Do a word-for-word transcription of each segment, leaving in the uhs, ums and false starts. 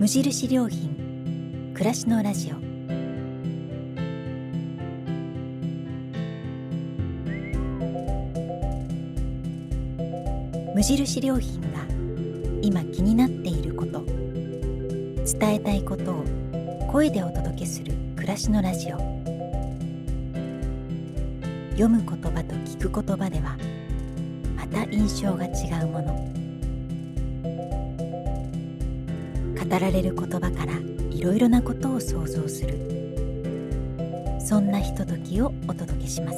無印良品暮らしのラジオ。無印良品が今気になっていること、伝えたいことを声でお届けする暮らしのラジオ。読む言葉と聞く言葉ではまた印象が違うもの。語られる言葉からいろいろなことを想像する、そんなひとときをお届けします。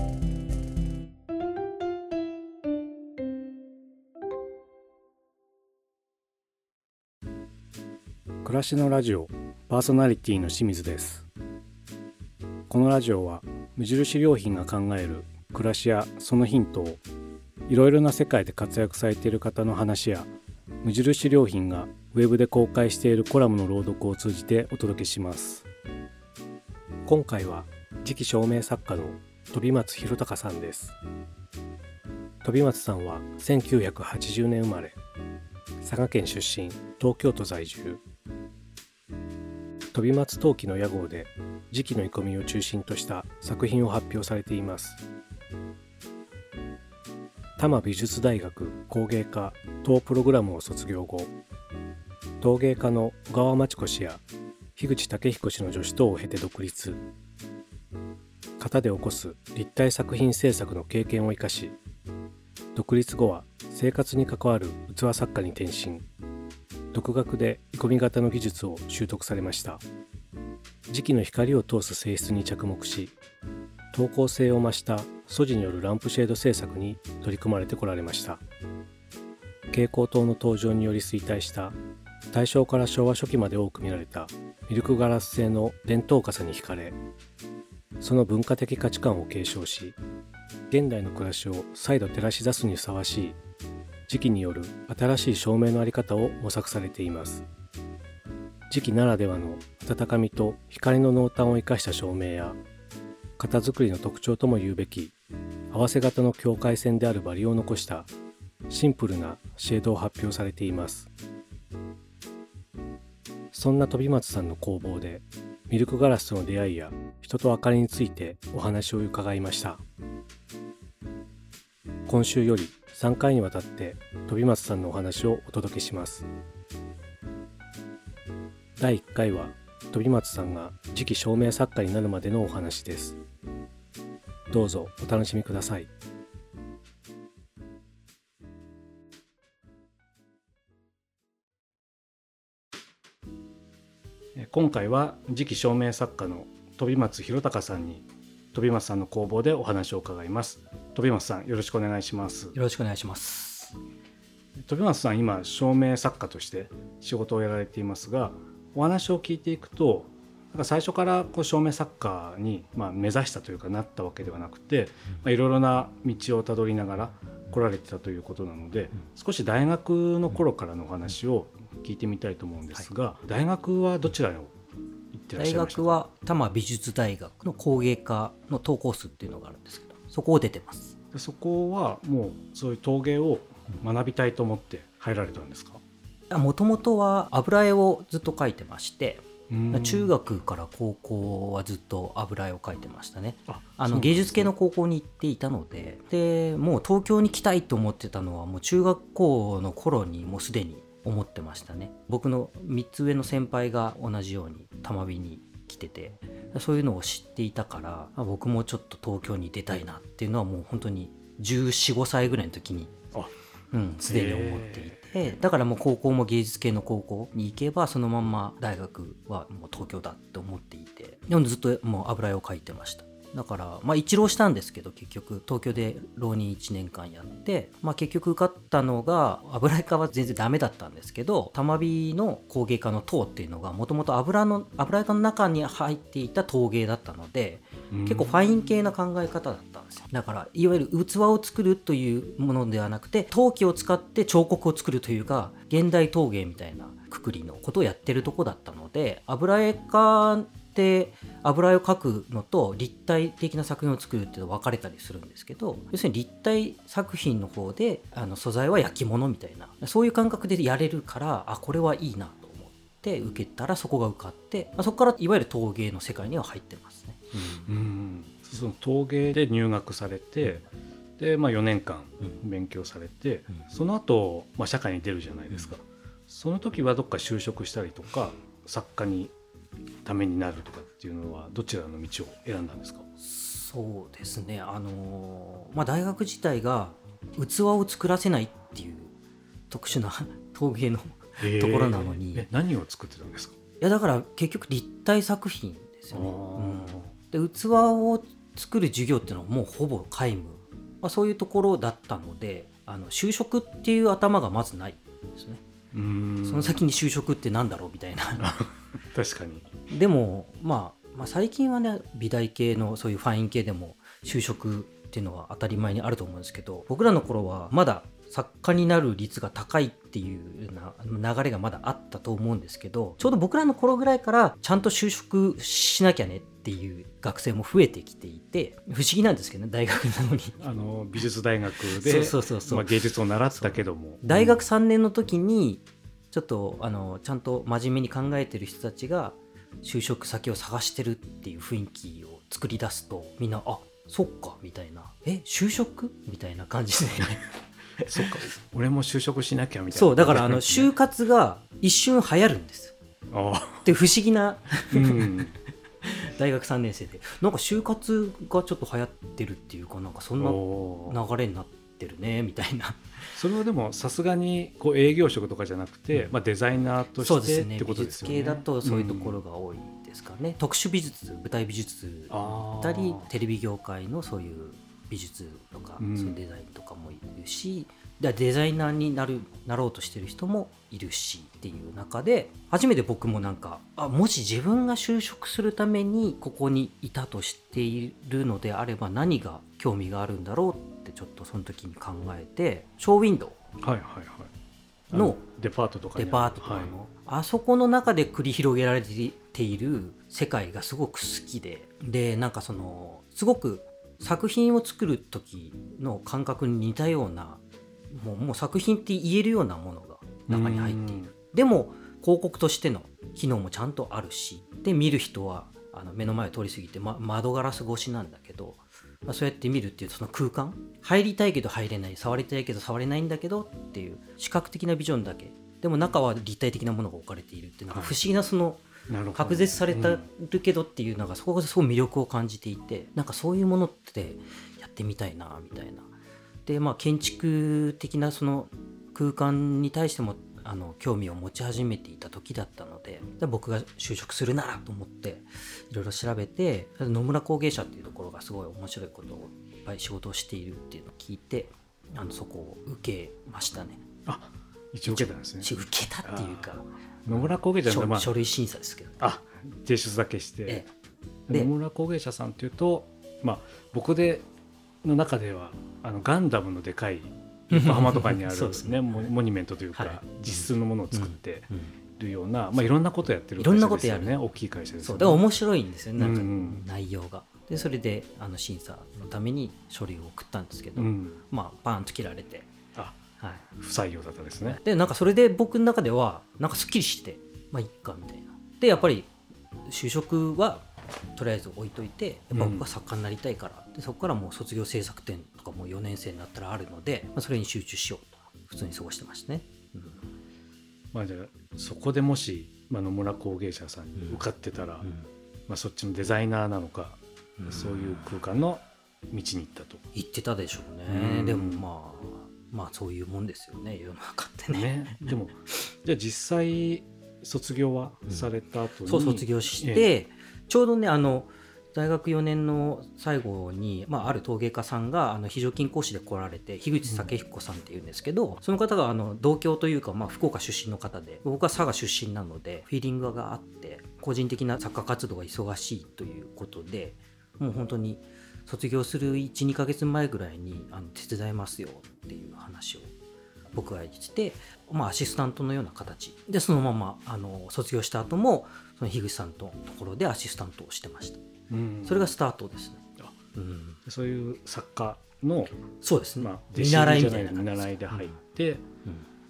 暮らしのラジオパーソナリティの清水です。このラジオは無印良品が考える暮らしやそのヒントをいろいろな世界で活躍されている方の話や無印良品がウェブで公開しているコラムの朗読を通じてお届けします。今回は次期照明作家の飛松弘隆さんです。飛松さんはせんきゅうひゃくはちじゅうねん生まれ、佐賀県出身、東京都在住。飛松陶器の屋号で磁器の鋳込みを中心とした作品を発表されています。多摩美術大学工芸科等プログラムを卒業後、陶芸家の小川真知子氏や樋口武彦氏の助手等を経て独立。型で起こす立体作品制作の経験を生かし、独立後は生活に関わる器作家に転身。独学で鋳込み型の技術を習得されました。磁器の光を通す性質に着目し、透光性を増した素地によるランプシェード制作に取り組まれてこられました。蛍光灯の登場により衰退した大正から昭和初期まで多く見られたミルクガラス製の伝統傘に惹かれ、その文化的価値観を継承し、現代の暮らしを再度照らし出すにふさわしい磁器による新しい照明のあり方を模索されています。磁器ならではの温かみと光の濃淡を生かした照明や、型作りの特徴とも言うべき合わせ型の境界線であるバリを残したシンプルなシェードを発表されています。そんな飛松さんの工房でミルクガラスとの出会いや人と明かりについてお話を伺いました。今週よりさんかいにわたって飛松さんのお話をお届けします。だいいっかいは飛松さんが次期照明作家になるまでのお話です。どうぞお楽しみください。今回は次期照明作家の飛松弘隆さんに飛松さんの工房でお話を伺います。飛松さん、よろしくお願いします。 よろしくお願いします。 飛松さん、今照明作家として仕事をやられていますが、お話を聞いていくと、なんか最初からこう照明作家にまあ目指したというかなったわけではなくて、まあ、いろいろな道をたどりながら来られてたということなので、うん、少し大学の頃からのお話を聞いてみたいと思うんですが、はい、大学はどちらを行ってらっしゃいましたか？ 大学は多摩美術大学の工芸科の当コースっていうのがあるんですけど、そこを出てます。 でそこはもうそういう陶芸を学びたいと思って入られたんですか？ もともとは油絵をずっと描いてまして、中学から高校はずっと油絵を描いてましたね。ああの芸術系の高校に行っていたので、でもう東京に来たいと思ってたのはもう中学校の頃にもうすでに思ってましたね。僕のみっつ上の先輩が同じように多摩美に来てて、そういうのを知っていたから、僕もちょっと東京に出たいなっていうのはもう本当にじゅうよん、ごさいぐらいの時にうん、すでに思っていて、だからもう高校も芸術系の高校に行けばそのまんま大学はもう東京だって思っていて、ずっともう油絵を描いてました。だからまあ一浪したんですけど、結局東京で浪人いちねんかんやって、まあ、結局受かったのが油絵科は全然ダメだったんですけど、多摩美の工芸科の陶っていうのがもともと油の油絵科の中に入っていた陶芸だったので、結構ファイン系な考え方だったんですよ。だからいわゆる器を作るというものではなくて、陶器を使って彫刻を作るというか現代陶芸みたいなくくりのことをやってるとこだったので、油絵科で油絵を描くのと立体的な作品を作るっていうのは分かれたりするんですけど、要するに立体作品の方であの素材は焼き物みたいな、そういう感覚でやれるから、あこれはいいなと思っって受けたらそこが受かって、まあ、そこからいわゆる陶芸の世界には入ってますね。 うん、うん、その陶芸で入学されて、で、まあ、よねんかん勉強されて、うん、その後、まあ社会に出るじゃないですか、うん、その時はどっか就職したりとか作家にためになるとかっていうのはどちらの道を選んだんですか？ そうですね、あのーまあ、大学自体が器を作らせないっていう特殊な陶芸のところなのに、 えー、何を作ってたんですか？ いやだから結局立体作品ですよね、うん、で器を作る授業っていうのはもうほぼ皆無、まあ、そういうところだったので、あの就職っていう頭がまずないですね。うーん、その先に就職ってなんだろうみたいな確かに。 でも、まあ、まあ最近はね美大系のそういうファイン系でも就職っていうのは当たり前にあると思うんですけど、僕らの頃はまだ作家になる率が高いっていうような流れがまだあったと思うんですけど、ちょうど僕らの頃ぐらいからちゃんと就職しなきゃねっていう学生も増えてきていて、不思議なんですけどね、大学なのにあの美術大学でそうそうそうそう、まあ、芸術を習ったけども大学さんねんの時にちょっとあのちゃんと真面目に考えてる人たちが就職先を探してるっていう雰囲気を作り出すと、みんなあそっかみたいな、え就職みたいな感じでそっか俺も就職しなきゃみたいな。 そうだからあの就活が一瞬流行るんですって不思議な、うん、大学さんねん生でなんか就活がちょっと流行ってるっていうか、なんかそんな流れになってるねみたいな。 それはでもさすがにこう営業職とかじゃなくて、うんまあ、デザイナーとしてってことですよね。 美術系だとそういうところが多いですかね、うん、特殊美術、舞台美術だったりテレビ業界のそういう美術とか、うん、そういうデザインとかもいるし、デザイナーになるなろうとしてる人もいるしっていう中で、初めて僕もなんかあもし自分が就職するためにここにいたとしているのであれば何が興味があるんだろうってちょっとその時に考えて、ショーウィンドウのデパートとかにデパートとかの、はい、あそこの中で繰り広げられている世界がすごく好きで、でなんかそのすごく作品を作る時の感覚に似たような、もう、もう作品って言えるようなものが中に入っている。でも広告としての機能もちゃんとあるし、で見る人はあの目の前を通り過ぎて、ま、窓ガラス越しなんだけど、まあ、そうやって見るっていうその空間、入りたいけど入れない、触りたいけど触れないんだけどっていう視覚的なビジョンだけでも中は立体的なものが置かれているっていうのが不思議な、その隔絶されてるけどっていうのが、そこがすごい魅力を感じていて、なんかそういうものってやってみたいなみたいな。でまあ建築的なその空間に対してもあの興味を持ち始めていた時だったので、僕が就職するならと思っていろいろ調べて、野村工芸社っていうところがすごい面白いことをいっぱい仕事をしているっていうのを聞いて、あのそこを受けましたね。 あ一応受けたんですね。 受けたっていうか野村工芸社の、まあ、 書類審査ですけど、ね、 あ提出だけして、ええ、野村工芸社さんっていうと、まあ、僕での中ではあのガンダムのでかい横浜とかにある、ね、モニュメントというか、はい、実質のものを作ってるような、まあ、いろんなことやってる会社ですよね。大きい会社ですよね。 そうだから面白いんですよね、なんか内容が。でそれであの審査のために書類を送ったんですけど、うん、まあバーンと切られて、 あ、はい、不採用だったですね。 でなんかそれで僕の中ではなんかすっきりして、まあいっかみたいな。でやっぱり就職はとりあえず置いといて、やっぱ僕は作家になりたいから、うん、でそこからもう卒業制作展とかもうよねん生になったらあるので、まあ、それに集中しようと普通に過ごしてましたね、うん、 まあじゃあそこでもし、まあ、野村工芸社さんに受かってたら、うんうんまあ、そっちのデザイナーなのか、うん、そういう空間の道に行ったと言ってたでしょうね、うん、でもまあまあそういうもんですよね世の中って ね, ねでもじゃあ実際卒業はされた後に、うん、 そう卒業して、ええ、ちょうどねあの大学よねんの最後に、まあ、ある陶芸家さんがあの非常勤講師で来られて、樋口武彦さんっていうんですけど、その方があの同郷というか、まあ、福岡出身の方で、僕は佐賀出身なのでフィーリングがあって、個人的な作家活動が忙しいということで、もう本当に卒業する いち,に ヶ月前ぐらいにあの手伝いますよっていう話を僕がして、まあ、アシスタントのような形でそのままあの卒業した後もその樋口さんのところでアシスタントをしてました。うん、それがスタートですね。 うん、そういう作家のそうですね、 まあ、見習いみたいな見習いで入って、うんうん、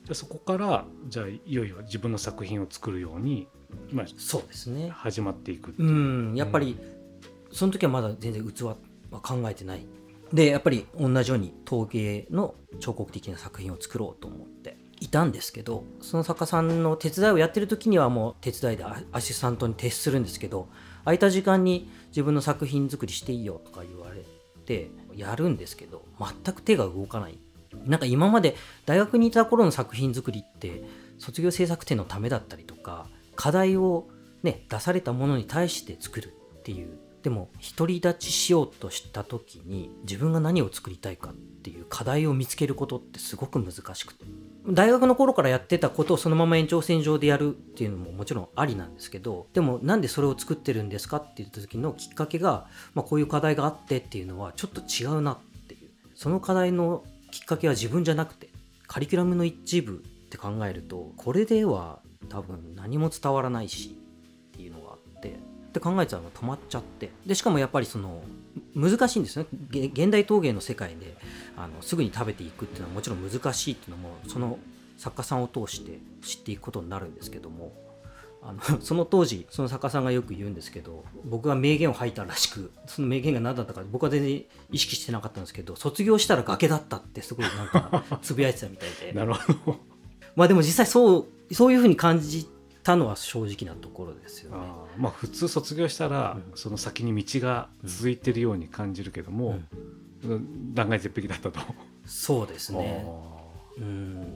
でそこからじゃあいよいよ自分の作品を作るように今そうですね始まっていくっていう。 うんやっぱり、うん、その時はまだ全然器は考えてないで、やっぱり同じように陶芸の彫刻的な作品を作ろうと思っていたんですけど、その作家さんの手伝いをやってる時にはもう手伝いでアシスタントに徹するんですけど、空いた時間に自分の作品作りしていいよとか言われてやるんですけど、全く手が動かない。なんか今まで大学にいた頃の作品作りって卒業制作展のためだったりとか、課題をね出されたものに対して作るっていう、でも独り立ちしようとした時に自分が何を作りたいかっていう課題を見つけることってすごく難しくて、大学の頃からやってたことをそのまま延長線上でやるっていうのももちろんありなんですけど、でもなんでそれを作ってるんですかって言った時のきっかけが、まあ、こういう課題があってっていうのはちょっと違うなっていう、その課題のきっかけは自分じゃなくてカリキュラムの一部って考えると、これでは多分何も伝わらないしっていうのがあってって考えちゃうの止まっちゃって、でしかもやっぱりその難しいんですね。現代陶芸の世界であのすぐに食べていくっていうのはもちろん難しいっていうのもその作家さんを通して知っていくことになるんですけども、あのその当時その作家さんがよく言うんですけど、僕が名言を吐いたらしく、その名言が何だったか僕は全然意識してなかったんですけど、卒業したら崖だったってすごいなんかつぶやいてたみたいでなるほど。 まあでも実際そうそういう風に感じたのは正直なところですよね。 あまあ普通卒業したら、うん、その先に道が続いてるように感じるけども、うん、断崖絶壁だったと。 そうですね。うん、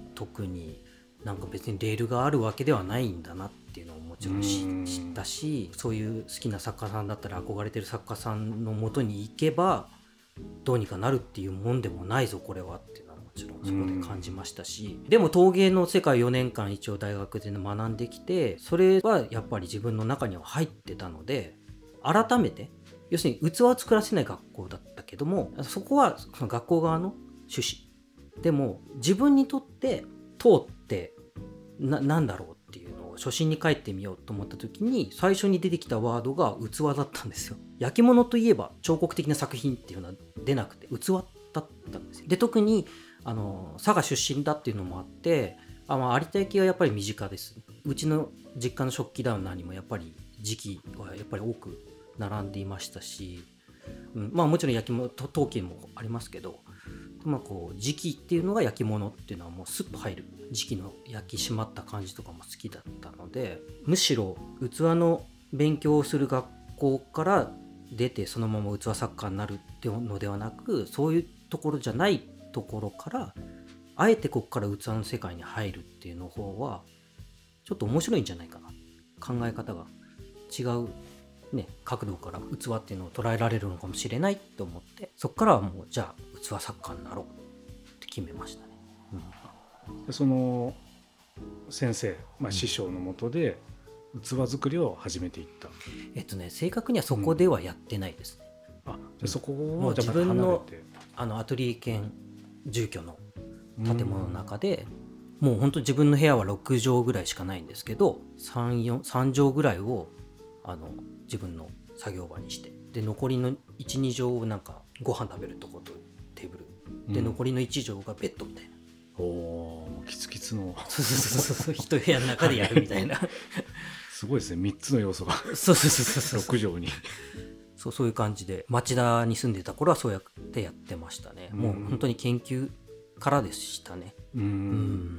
特になんか別にレールがあるわけではないんだなっていうのをもちろん知ったし、そういう好きな作家さんだったら憧れてる作家さんの元に行けばどうにかなるっていうもんでもないぞこれはっていうのはもちろんそこで感じましたし、でも陶芸の世界よねんかん一応大学で学んできて、それはやっぱり自分の中には入ってたので、改めて要するに器を作らせない学校だったけども、そこはその学校側の趣旨でも自分にとって通ってな、なんだろうっていうのを初心に帰ってみようと思った時に最初に出てきたワードが器だったんですよ。焼き物といえば彫刻的な作品っていうのは出なくて器だったんですよ。で特にあの佐賀出身だっていうのもあって、あ、まあ、有田焼はやっぱり身近です。うちの実家の食器棚にもやっぱり時期はやっぱり多く並んでいましたし、うん、まあもちろん焼き物陶器もありますけど、まあ、こう時期っていうのが焼き物っていうのはもうスッと入る時期の焼き締まった感じとかも好きだったので、むしろ器の勉強をする学校から出てそのまま器作家になるっていうのではなく、そういうところじゃないところからあえてここから器の世界に入るっていうの方はちょっと面白いんじゃないかな、考え方が違うね、角度から器っていうのを捉えられるのかもしれないと思って、そこからはもうじゃあ器作家になろうって決めましたね。 うん、でその先生、まあ、師匠の下で器作りを始めていった、うん、 えっとね正確にはそこではやってないですね。 うん、あでそこをもう自分のあのアトリエ兼住居の建物の中で、うん、もう本当自分の部屋はろくじょうぐらいしかないんですけど、さん、よん、さんじょうぐらいをあの自分の作業場にして、で残りのいち、にじょうをなんかご飯食べるとことテーブルで、うん、残りのいちじょうがベッドみたいな、 おーキツキツのそうそうそうそう一部屋の中でやるみたいなすごいですね、みっつの要素がそうそうそうそうろくじょうにそうそういう感じで、町田に住んでた頃はそうやってやってましたね。もう本当に研究からでしたね。 うんうん、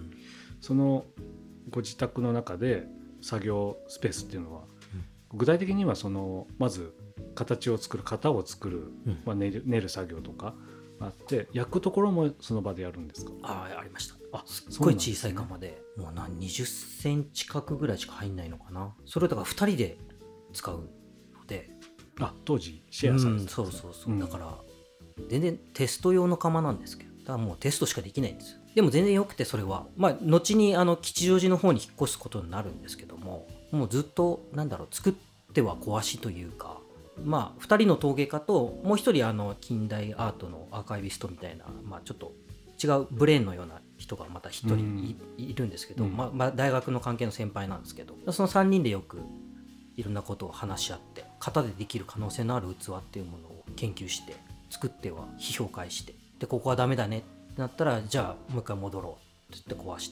そのご自宅の中で作業スペースっていうのは、うん、具体的にはそのまず形を作る型を作る、うんまあ、練る、練る作業とかあって、焼くところもその場でやるんですか？ ああ、ありました。あ、すっごい小さい窯で、もう何にじゅっセンチ角ぐらいしか入んないのかな。それだからふたりで使うので、 あ、当時シェアされてたんですか？ うん、そうそうそう、うん、だから全然テスト用の窯なんですけど、だからもうテストしかできないんですよ。でも全然よくて、それはまあ後にあの吉祥寺の方に引っ越すことになるんですけども、もうずっとなんだろう、作っては壊しというか、まあふたりの陶芸家ともうひとりあの近代アートのアーカイビストみたいな、まあちょっと違うブレーンのような人がまたひとり い,、うん、いるんですけど、うんまあまあ、大学の関係の先輩なんですけど、そのさんにんでよくいろんなことを話し合って、型でできる可能性のある器っていうものを研究して作っては批評会して、でここはダメだねってなったら、じゃあもう一回戻ろうって言って壊して、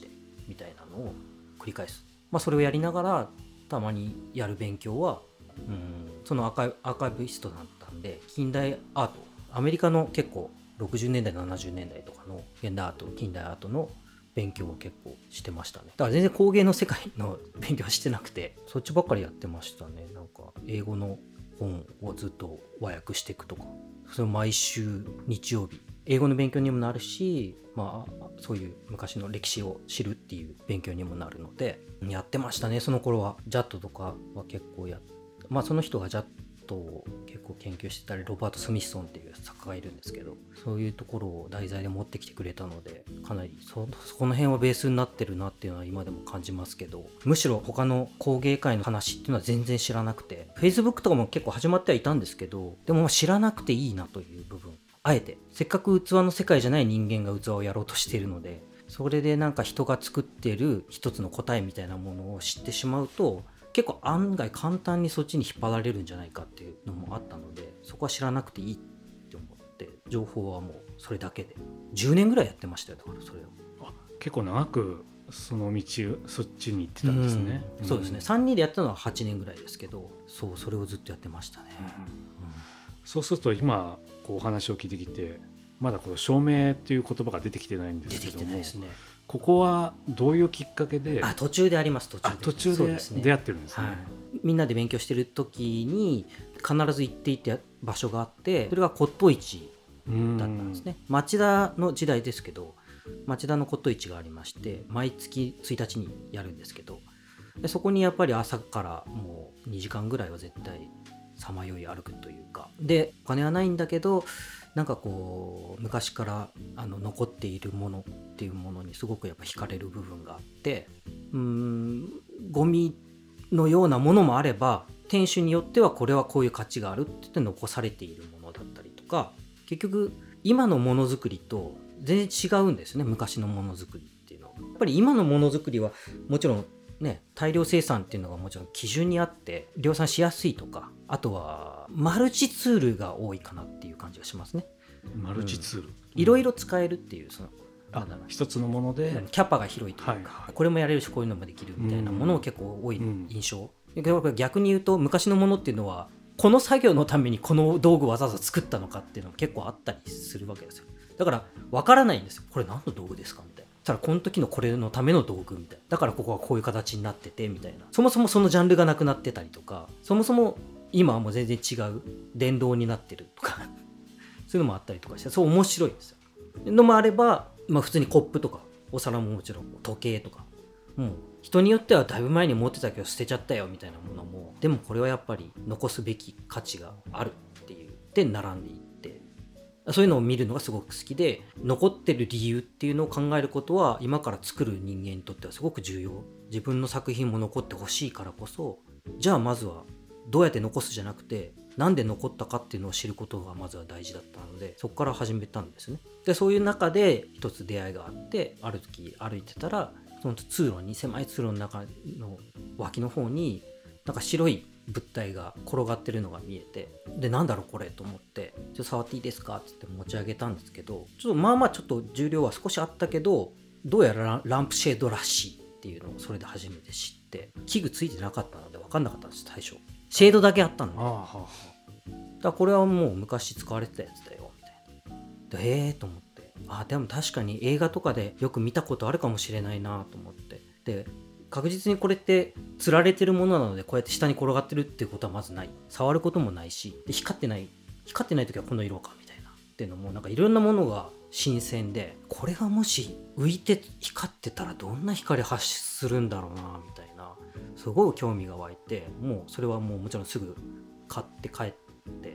みたいなのを繰り返す、まあ、それをやりながらたまにやる勉強は、うん、そのアーカイ、アーカイブストだったんで近代アート、アメリカの結構ろくじゅうねんだいななじゅうねんだいとかの現代アート、近代アートの勉強を結構してましたね。だから全然工芸の世界の勉強はしてなくて、そっちばっかりやってましたね。なんか英語の本をずっと和訳していくとか、それを毎週日曜日英語の勉強にもなるし、まあそういう昔の歴史を知るっていう勉強にもなるのでやってましたね。その頃はジャットとかは結構やっまあその人がジャットを結構研究してたり、ロバート・スミスソンっていう作家がいるんですけど、そういうところを題材で持ってきてくれたので、かなり そ, そこの辺はベースになってるなっていうのは今でも感じますけど、むしろ他の工芸界の話っていうのは全然知らなくて、 Facebook とかも結構始まってはいたんですけど、でも知らなくていいなという部分、あえてせっかく器の世界じゃない人間が器をやろうとしているので、それでなんか人が作っている一つの答えみたいなものを知ってしまうと、結構案外簡単にそっちに引っ張られるんじゃないかっていうのもあったので、そこは知らなくていいって思って、情報はもうそれだけでじゅうねんぐらいやってましたよ。だからそれをあ結構長くその道そっちに行ってたんですね、 うん、そうですね。さんにんでやったのははちねんぐらいですけど、そうそれをずっとやってましたね、うんうん、 そうすると今こうお話を聞いてきて、まだこの証明っていう言葉が出てきてないんですけども、 出てきてないですね。 ここはどういうきっかけで？ あ途中であります。途中であ途中で出会ってるんですね。はい、 みんなで勉強してる時に必ず行っていた場所があって、それが骨董市だったんですね。町田の時代ですけど、町田の骨董市がありまして、毎月ついたちにやるんですけど、でそこにやっぱり朝からもうにじかんぐらいは絶対さまよい歩くというか、でお金はないんだけど、なんかこう昔からあの残っているものっていうものにすごくやっぱ惹かれる部分があって、うーんゴミのようなものもあれば、店主によってはこれはこういう価値があるって言って残されているものだったりとか、結局今のものづくりと全然違うんですね。昔のものづくりっていうのはやっぱり今のものづくりはもちろんね、大量生産っていうのがもちろん基準にあって量産しやすいとか、あとはマルチツールが多いかなっていう感じがしますね。 マルチツール、 いろいろ使えるっていう、そのあ一つのものでキャパが広いというか、はいはい、これもやれるしこういうのもできるみたいなものを結構多い印象、うん、逆に言うと昔のものっていうのはこの作業のためにこの道具をわざわざ作ったのかっていうのも結構あったりするわけですよ。だから分からないんですよ。これ何の道具ですかみたいな。ただこの時のこれのための道具みたいな。だからここはこういう形になっててみたいな。そもそもそのジャンルがなくなってたりとか、そもそも今はもう全然違う電動になってるとかそういうのもあったりとかして、そう面白いんですよ。のもあれば、まあ、普通にコップとかお皿ももちろん時計とか、もう人によってはだいぶ前に持ってたけど捨てちゃったよみたいなものも、でもこれはやっぱり残すべき価値があるっていうで並んでいって、そういうのを見るのがすごく好きで、残ってる理由っていうのを考えることは今から作る人間にとってはすごく重要。自分の作品も残ってほしいからこそ、じゃあまずはどうやって残すじゃなくて、なんで残ったかっていうのを知ることがまずは大事だったので、そこから始めたんですね。でそういう中で一つ出会いがあって、ある時歩いてたら、その通路に、狭い通路の中の脇の方になんか白い物体が転がってるのが見えて、でなんだろうこれと思って、ちょっと触っていいですかって言って持ち上げたんですけど、ちょっとまあまあちょっと重量は少しあったけど、どうやらランプシェードらしいっていうのをそれで初めて知って、器具ついてなかったので分かんなかったんです。最初シェードだけあったので、ああ、はあ、だからこれはもう昔使われてたやつだよみたいな。でえーと思って、あでも確かに映画とかでよく見たことあるかもしれないなと思って、で確実にこれって吊られてるものなので、こうやって下に転がってるっていうことはまずない、触ることもないし、で光ってない光ってない時はこの色かみたいなっていうのも、なんかいろんなものが新鮮で、これがもし浮いて光ってたらどんな光発するんだろうなみたいな、すごい興味が湧いて、もうそれはもうもちろんすぐ買って帰って、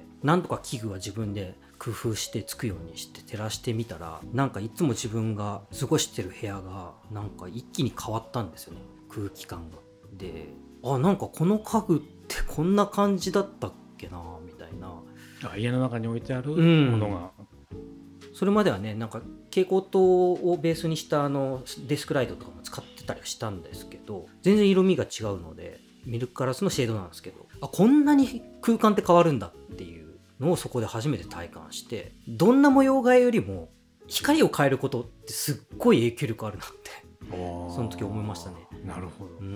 なんとか器具は自分で工夫してつくようにして照らしてみたら、なんかいつも自分が過ごしてる部屋がなんか一気に変わったんですよね、空気感が。で、あなんかこの家具ってこんな感じだったっけなみたいな。 あ家の中に置いてあるものが、 うん、それまではね、なんか蛍光灯をベースにしたあのデスクライトとかも使ってたりはしたんですけど、全然色味が違うので、ミルクガラスのシェードなんですけど、あこんなに空間って変わるんだっていうのをそこで初めて体感して、どんな模様替えよりも光を変えることってすっごい影響力あるなってその時思いましたね。 なるほど。 うん、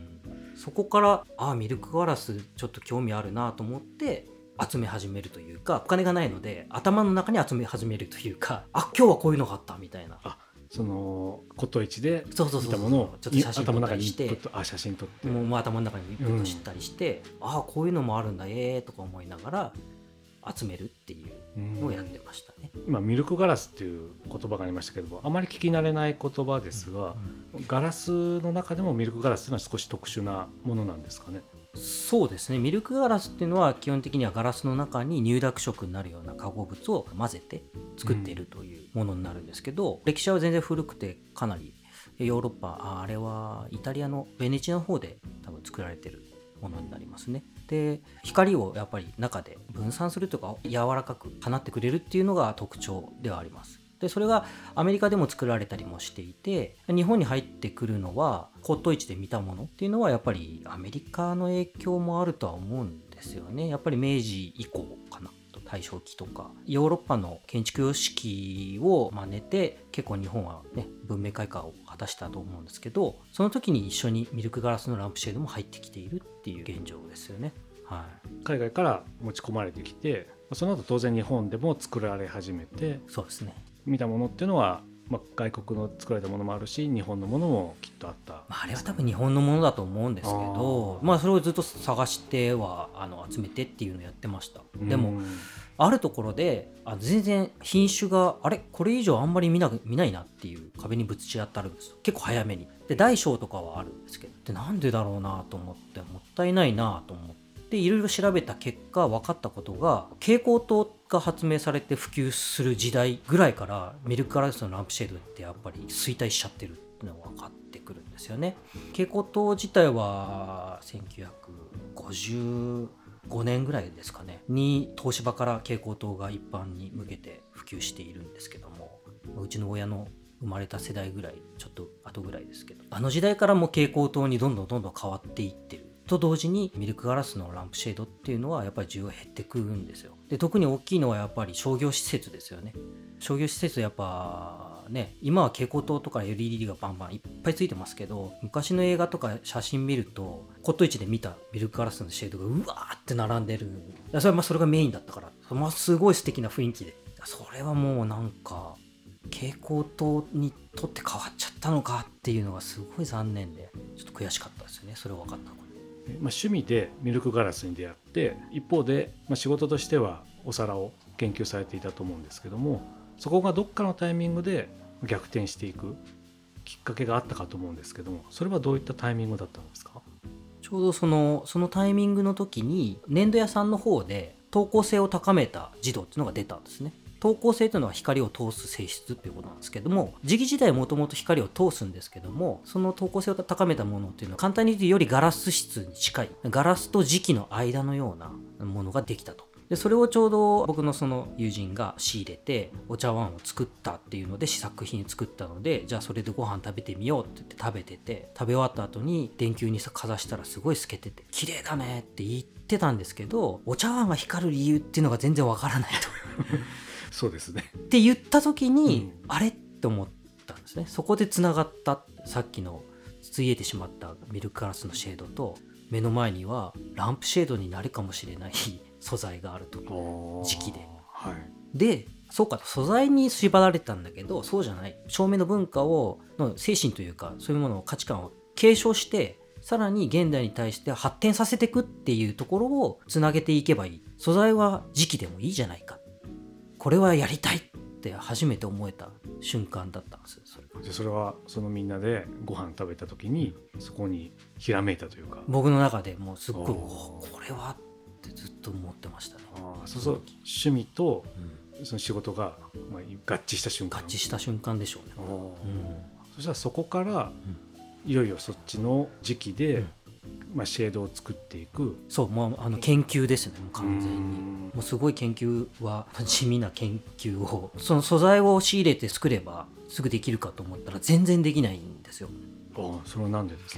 そこからあミルクガラスちょっと興味あるなと思って集め始めるというか、お金がないので頭の中に集め始めるというか、あ今日はこういうのがあったみたいな、 あその骨董市でそうそうそうそう見たものをちょっと写真撮ったりして頭の中にあ写真撮ってもうもう頭の中にインプットしたりして、うん、あこういうのもあるんだえーとか思いながら集めるっていうのをやってましたね。 今ミルクガラスっていう言葉がありましたけども、あまり聞き慣れない言葉ですが、うんうん、ガラスの中でもミルクガラスというのは少し特殊なものなんですかね。 そうですね、ミルクガラスっていうのは基本的にはガラスの中に乳濁色になるような化合物を混ぜて作っているというものになるんですけど、うん、歴史は全然古くてかなりヨーロッパ あ, あれはイタリアのベネチアの方で多分作られてるものになりますね。で光をやっぱり中で分散するとか柔らかく放ってくれるっていうのが特徴ではあります。でそれがアメリカでも作られたりもしていて、日本に入ってくるのは骨董市で見たものっていうのはやっぱりアメリカの影響もあるとは思うんですよね。やっぱり明治以降かな、大正期とかヨーロッパの建築様式を真似て結構日本はね文明開化を果たしたと思うんですけど、その時に一緒にミルクガラスのランプシェードも入ってきているっていう現状ですよね。はい、 海外から持ち込まれてきて、その後当然日本でも作られ始めて、 そうですね、 見たものっていうのは、まあ、外国の作られたものもあるし日本のものもきっとあった、 まあ、あれは多分日本のものだと思うんですけど、あ、まあ、それをずっと探してはあの集めてっていうのをやってました。でもあるところであ全然品種があれこれ以上あんまり見な、見ないなっていう壁にぶつち当たるんですよ、結構早めに。で大小とかはあるんですけど、でなんでだろうなと思って、もったいないなと思ってでいろいろ調べた結果分かったことが、蛍光灯が発明されて普及する時代ぐらいからミルクガラスのランプシェードってやっぱり衰退しちゃってるっていうのが分かってくるんですよね。蛍光灯自体はせんきゅうひゃくごじゅうごねんぐらいですかねに東芝から蛍光灯が一般に向けて普及しているんですけども、うちの親の生まれた世代ぐらいちょっと後ぐらいですけど、あの時代からも蛍光灯にどんどんどんどん変わっていってると同時にミルクガラスのランプシェードっていうのはやっぱり需要が減ってくるんですよ。で特に大きいのはやっぱり商業施設ですよね。商業施設やっぱね、今は蛍光灯とか エルイーディー がバンバンいっぱいついてますけど、昔の映画とか写真見ると骨董市で見たミルクガラスのシェードがうわーって並んでる。それはまあそれがメインだったから、まあ、すごい素敵な雰囲気で、それはもうなんか蛍光灯にとって変わっちゃったのかっていうのがすごい残念で、ちょっと悔しかったですよね、それは分かったこと。 まあ、趣味でミルクガラスに出会って、一方で、まあ、仕事としてはお皿を研究されていたと思うんですけども、そこがどっかのタイミングで逆転していくきっかけがあったかと思うんですけども、それはどういったタイミングだったんですか？ ちょうどそのそのタイミングの時に粘土屋さんの方で透光性を高めたジドっていうのが出たんですね。透光性というのは光を通す性質っていうことなんですけども、磁器自体もともと光を通すんですけども、その透光性を高めたものっていうのは簡単に言うとよりガラス質に近い、ガラスと磁器の間のようなものができたと。でそれをちょうど僕のその友人が仕入れてお茶碗を作ったっていうので試作品作ったので、じゃあそれでご飯食べてみようって言って食べてて、食べ終わった後に電球にかざしたらすごい透けてて綺麗だねって言ってたんですけど、お茶碗が光る理由っていうのが全然わからないとそうですねって言った時に、 うん、あれって思ったんですね。そこでつながった。さっきのついえてしまったミルクガラスのシェードと、目の前にはランプシェードになるかもしれない素材があると、時期で、 はい、 でそうか、素材に縛られたんだけど、そうじゃない、照明の文化をの精神というか、そういうものを価値観を継承してさらに現代に対して発展させていくっていうところをつなげていけばいい。素材は時期でもいいじゃないか、これはやりたいって初めて思えた瞬間だったんです。それでそれはそのみんなでご飯食べた時にそこにひらめいたというか、 僕の中でもうすっごいこれはってずっと思ってましたね。 あそうそう趣味とその仕事がまあ合致した瞬間、 合致した瞬間でしょうね。 うん、そしたらそこから、うん、いよいよそっちの時期で、うんまあ、シェードを作っていく。 そう、もうあの研究ですね、もう完全に。もうすごい研究は地味な研究を、その素材を仕入れて作ればすぐできるかと思ったら全然できないんですよ。 ああ、それはなんでですか？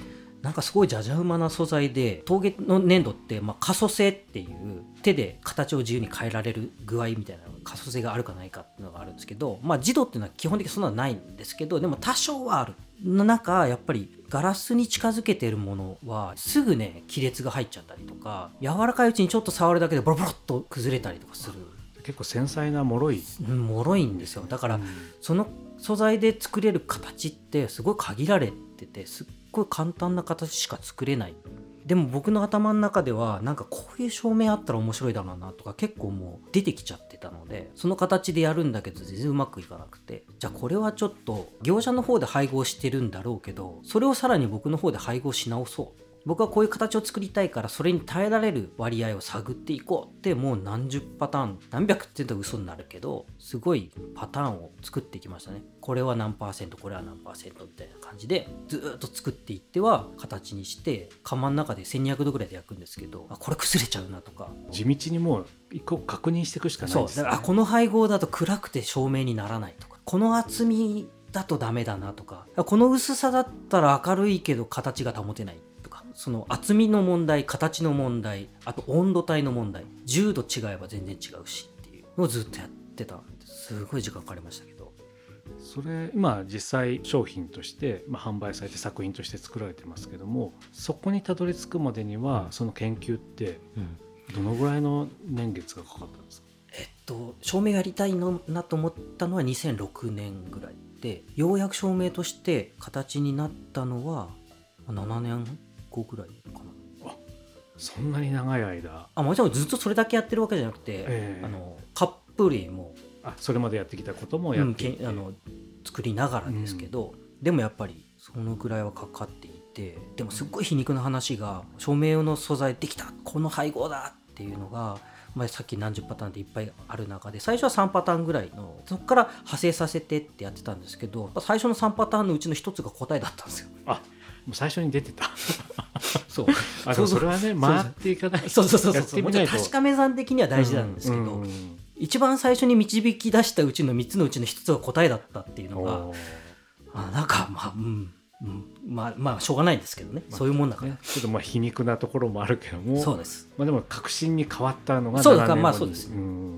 なんかすごいじゃじゃ馬な素材で、陶芸の粘土ってまあ可塑性っていう手で形を自由に変えられる具合みたいな可塑性があるかないかっていうのがあるんですけど、まあ磁土っていうのは基本的にそんなのないんですけど、でも多少はあるの中、やっぱりガラスに近づけてるものはすぐね亀裂が入っちゃったりとか、柔らかいうちにちょっと触るだけでボロボロっと崩れたりとかする。 結構繊細な脆い、 うん、脆いんですよ。だから、うん、その素材で作れる形ってすごい限られてて、すっごい簡単な形しか作れない。でも僕の頭の中ではなんかこういう照明あったら面白いだろうなとか結構もう出てきちゃってたので、その形でやるんだけど全然うまくいかなくて、じゃあこれはちょっと業者の方で配合してるんだろうけど、それをさらに僕の方で配合し直そう、僕はこういう形を作りたいからそれに耐えられる割合を探っていこうって、もう何十パターン、何百って言うと嘘になるけど、すごいパターンを作っていきましたね。これは何パーセント、これは何パーセントみたいな感じでずっと作っていっては形にして、窯の中でせんにひゃくどぐらいで焼くんですけど、あこれ崩れちゃうなとか、 地道にもう一個確認していくしかないですね。 そうだから、あこの配合だと暗くて照明にならないとか、この厚みだとダメだなとか、この薄さだったら明るいけど形が保てない、その厚みの問題、形の問題、あと温度帯の問題、じゅうど違えば全然違うしっていうのをずっとやってたんで、すごい時間かかりましたけど。 それ今実際商品として、まあ、販売されて作品として作られてますけども、そこにたどり着くまでにはその研究ってどのぐらいの年月がかかったんですか？ えっと照明やりたいのなと思ったのはにせんろくねんぐらいで、ようやく照明として形になったのはななねんごぐらいかな。 あ、そんなに長い間。 あ、もちろんずっとそれだけやってるわけじゃなくて、えー、あのカップリーもあそれまでやってきたこともやっていて、 うん、あの作りながらですけど、うん、でもやっぱりそのぐらいはかかっていて、でもすっごい皮肉な話が、照明用の素材できた、この配合だっていうのが、まあ、さっき何十パターンでいっぱいある中で、最初はさんパターンぐらいの、そこから派生させてってやってたんですけど、最初のさんパターンのうちのひとつが答えだったんですよ。 あ、もう最初に出てたそうあそうそれはね、回っていかないと、 そうそうそうそうそう、もちろん確かめ算的には大事なんですけど、うんうん、一番最初に導き出したうちのみっつのうちのひとつが答えだったっていうのが、あなんかまあ、うんうん、まあまあしょうがないんですけどね、まあ、そういうもんだから、ね、 ちょっとまあ皮肉なところもあるけども、 そうです、 まあ、でも確信に変わったのがそうだから、まあそうです、 うん、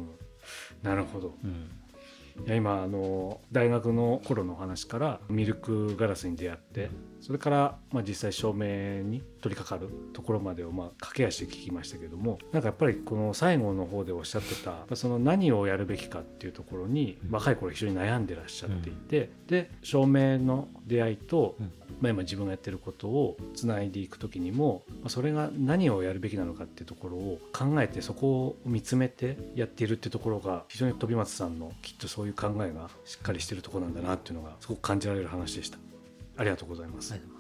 なるほど、うん、いや今あの大学の頃の話からミルクガラスに出会って、それからまあ実際照明に取り掛かるところまでをまあ駆け足で聞きましたけども、なんかやっぱりこの最後の方でおっしゃってたその何をやるべきかっていうところに若い頃非常に悩んでらっしゃっていて、うん、で照明の出会いと、うんまあ、今自分がやってることをつないでいく時にも、まあ、それが何をやるべきなのかっていうところを考えて、そこを見つめてやっているっていうところが非常に飛松さんのきっとそういう考えがしっかりしてるところなんだなっていうのがすごく感じられる話でした。ありがとうございます。